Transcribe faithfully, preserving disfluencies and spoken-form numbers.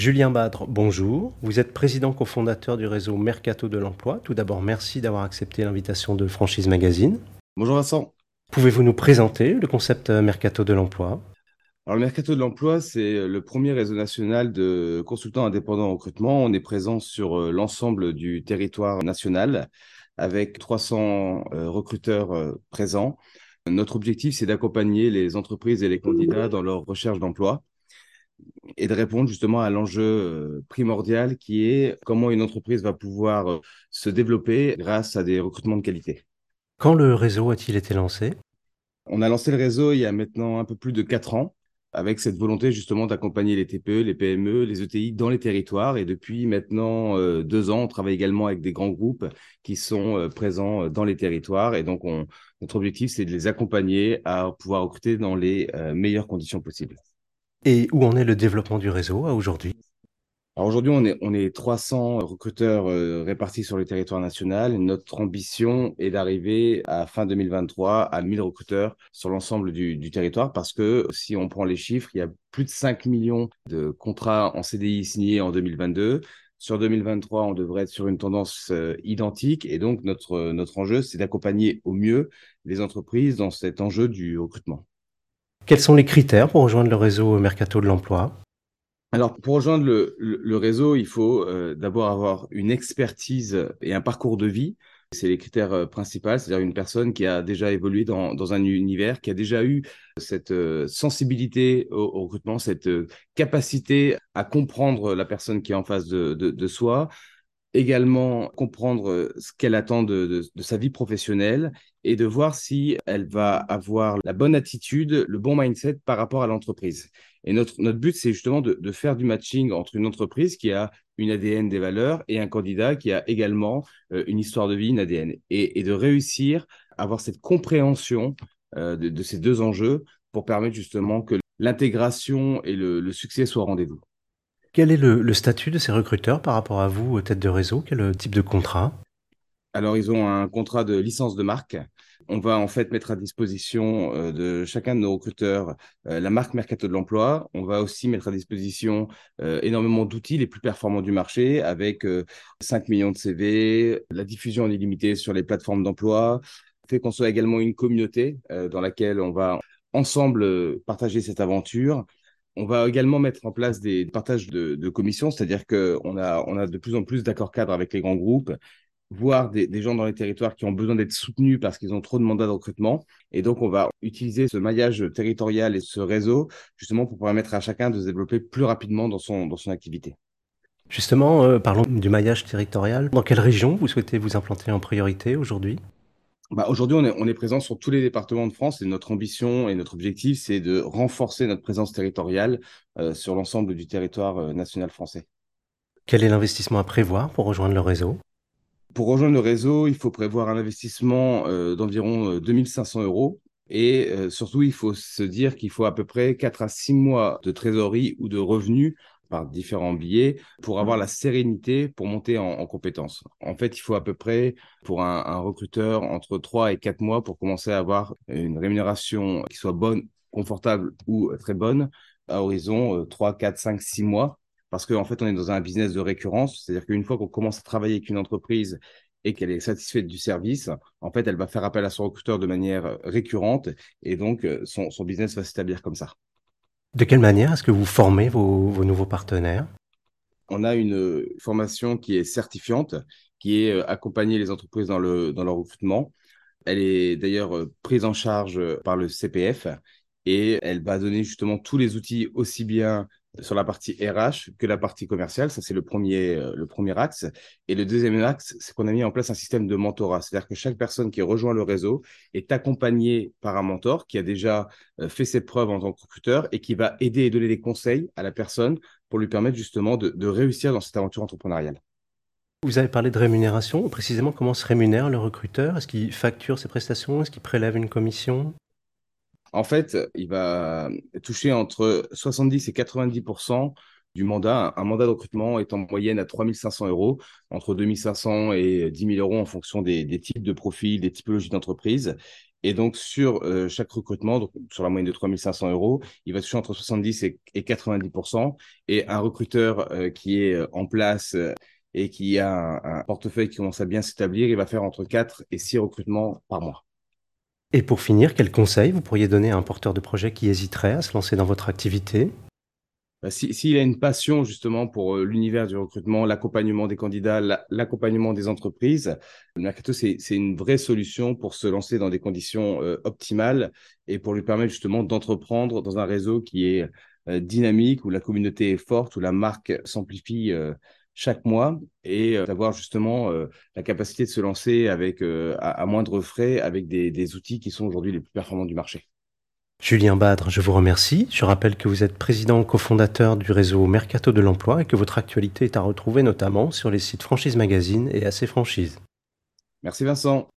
Julien Badre, bonjour. Vous êtes président cofondateur du réseau Mercato de l'Emploi. Tout d'abord, merci d'avoir accepté l'invitation de Franchise Magazine. Bonjour Vincent. Pouvez-vous nous présenter le concept euh, Mercato de l'Emploi? Alors, le Mercato de l'Emploi, c'est le premier réseau national de consultants indépendants en recrutement. On est présent sur euh, l'ensemble du territoire national avec trois cents euh, recruteurs euh, présents. Notre objectif, c'est d'accompagner les entreprises et les candidats dans leur recherche d'emploi et de répondre justement à l'enjeu euh, primordial qui est comment une entreprise va pouvoir euh, se développer grâce à des recrutements de qualité. Quand le réseau a-t-il été lancé? On a lancé le réseau il y a maintenant un peu plus de quatre ans, avec cette volonté justement d'accompagner les T P E, les P M E, les E T I dans les territoires. Et depuis maintenant euh, deux ans, on travaille également avec des grands groupes qui sont euh, présents euh, dans les territoires. Et donc, on, notre objectif, c'est de les accompagner à pouvoir recruter dans les euh, meilleures conditions possibles. Et où en est le développement du réseau à aujourd'hui? Alors aujourd'hui, on est, on est trois cents recruteurs euh, répartis sur le territoire national. Notre ambition est d'arriver à fin deux mille vingt-trois à mille recruteurs sur l'ensemble du, du territoire parce que si on prend les chiffres, il y a plus de cinq millions de contrats en C D I signés en deux mille vingt-deux. Sur deux mille vingt-trois, on devrait être sur une tendance euh, identique et donc notre, notre enjeu, c'est d'accompagner au mieux les entreprises dans cet enjeu du recrutement. Quels sont les critères pour rejoindre le réseau Mercato de l'Emploi? Alors, pour rejoindre le, le- le réseau, il faut euh, d'abord avoir une expertise et un parcours de vie. C'est les critères euh, principaux, c'est-à-dire une personne qui a déjà évolué dans, dans un univers, qui a déjà eu cette euh, sensibilité au, au recrutement, cette euh, capacité à comprendre la personne qui est en face de, de, de soi, également comprendre euh, ce qu'elle attend de, de, de sa vie professionnelle et de voir si elle va avoir la bonne attitude, le bon mindset par rapport à l'entreprise. Et notre, notre but, c'est justement de, de faire du matching entre une entreprise qui a une A D N des valeurs et un candidat qui a également euh, une histoire de vie, une A D N. Et, et de réussir à avoir cette compréhension euh, de, de ces deux enjeux pour permettre justement que l'intégration et le, le succès soient au rendez-vous. Quel est le, le statut de ces recruteurs par rapport à vous, tête de réseau? Quel type de contrat? Alors, ils ont un contrat de licence de marque. On va en fait mettre à disposition euh, de chacun de nos recruteurs euh, la marque Mercato de l'Emploi. On va aussi mettre à disposition euh, énormément d'outils les plus performants du marché avec euh, cinq millions de C V, la diffusion en illimité sur les plateformes d'emploi. On fait construire également une communauté euh, dans laquelle on va ensemble euh, partager cette aventure. On va également mettre en place des partages de, de commissions, c'est-à-dire qu'on a, on a de plus en plus d'accords cadres avec les grands groupes voir des, des gens dans les territoires qui ont besoin d'être soutenus parce qu'ils ont trop de mandats de recrutement. Et donc, on va utiliser ce maillage territorial et ce réseau justement pour permettre à chacun de se développer plus rapidement dans son, dans son activité. Justement, euh, parlons du maillage territorial. Dans quelle région vous souhaitez vous implanter en priorité aujourd'hui? Bah, aujourd'hui, on est, on est présent sur tous les départements de France et notre ambition et notre objectif, c'est de renforcer notre présence territoriale euh, sur l'ensemble du territoire euh, national français. Quel est l'investissement à prévoir pour rejoindre le réseau? Pour rejoindre le réseau, il faut prévoir un investissement euh, d'environ euh, deux mille cinq cents euros. Et euh, surtout, il faut se dire qu'il faut à peu près quatre à six mois de trésorerie ou de revenus par différents billets pour avoir la sérénité pour monter en, en compétences. En fait, il faut à peu près pour un, un recruteur entre trois et quatre mois pour commencer à avoir une rémunération qui soit bonne, confortable ou très bonne à horizon euh, trois, quatre, cinq, six mois parce qu'en fait, on est dans un business de récurrence, c'est-à-dire qu'une fois qu'on commence à travailler avec une entreprise et qu'elle est satisfaite du service, en fait, elle va faire appel à son recruteur de manière récurrente et donc euh, son, son business va s'établir comme ça. De quelle manière est-ce que vous formez vos, vos nouveaux partenaires? On a une formation qui est certifiante, qui est euh, accompagner les entreprises dans le, dans leur recrutement. Elle est d'ailleurs euh, prise en charge euh, par le C P F et elle va donner justement tous les outils aussi bien sur la partie R H que la partie commerciale. Ça, c'est le premier, euh, le premier axe. Et le deuxième axe, c'est qu'on a mis en place un système de mentorat. C'est-à-dire que chaque personne qui rejoint le réseau est accompagnée par un mentor qui a déjà euh, fait ses preuves en tant que recruteur et qui va aider et donner des conseils à la personne pour lui permettre justement de, de réussir dans cette aventure entrepreneuriale. Vous avez parlé de rémunération. Précisément, comment se rémunère le recruteur? Est-ce qu'il facture ses prestations? Est-ce qu'il prélève une commission? En fait, il va toucher entre soixante-dix et quatre-vingt-dix pour cent du mandat. Un mandat de recrutement est en moyenne à trois mille cinq cents euros, entre deux mille cinq cents et dix mille euros en fonction des, des types de profils, des typologies d'entreprises. Et donc, sur euh, chaque recrutement, donc sur la moyenne de trois mille cinq cents euros, il va toucher entre soixante-dix et, et quatre-vingt-dix pour cent. Et un recruteur euh, qui est euh, en place euh, et qui a un, un portefeuille qui commence à bien s'établir, il va faire entre quatre et six recrutements par mois. Et pour finir, quels conseils vous pourriez donner à un porteur de projet qui hésiterait à se lancer dans votre activité? Bah, si, s'il a une passion justement pour euh, l'univers du recrutement, l'accompagnement des candidats, la- l'accompagnement des entreprises, le Mercato, c'est, c'est une vraie solution pour se lancer dans des conditions euh, optimales et pour lui permettre justement d'entreprendre dans un réseau qui est euh, dynamique, où la communauté est forte, où la marque s'amplifie euh, chaque mois et euh, d'avoir justement euh, la capacité de se lancer avec, euh, à, à moindre frais avec des, des outils qui sont aujourd'hui les plus performants du marché. Julien Badre, je vous remercie. Je rappelle que vous êtes président cofondateur du réseau Mercato de l'Emploi et que votre actualité est à retrouver notamment sur les sites Franchise Magazine et A C Franchise. Merci Vincent.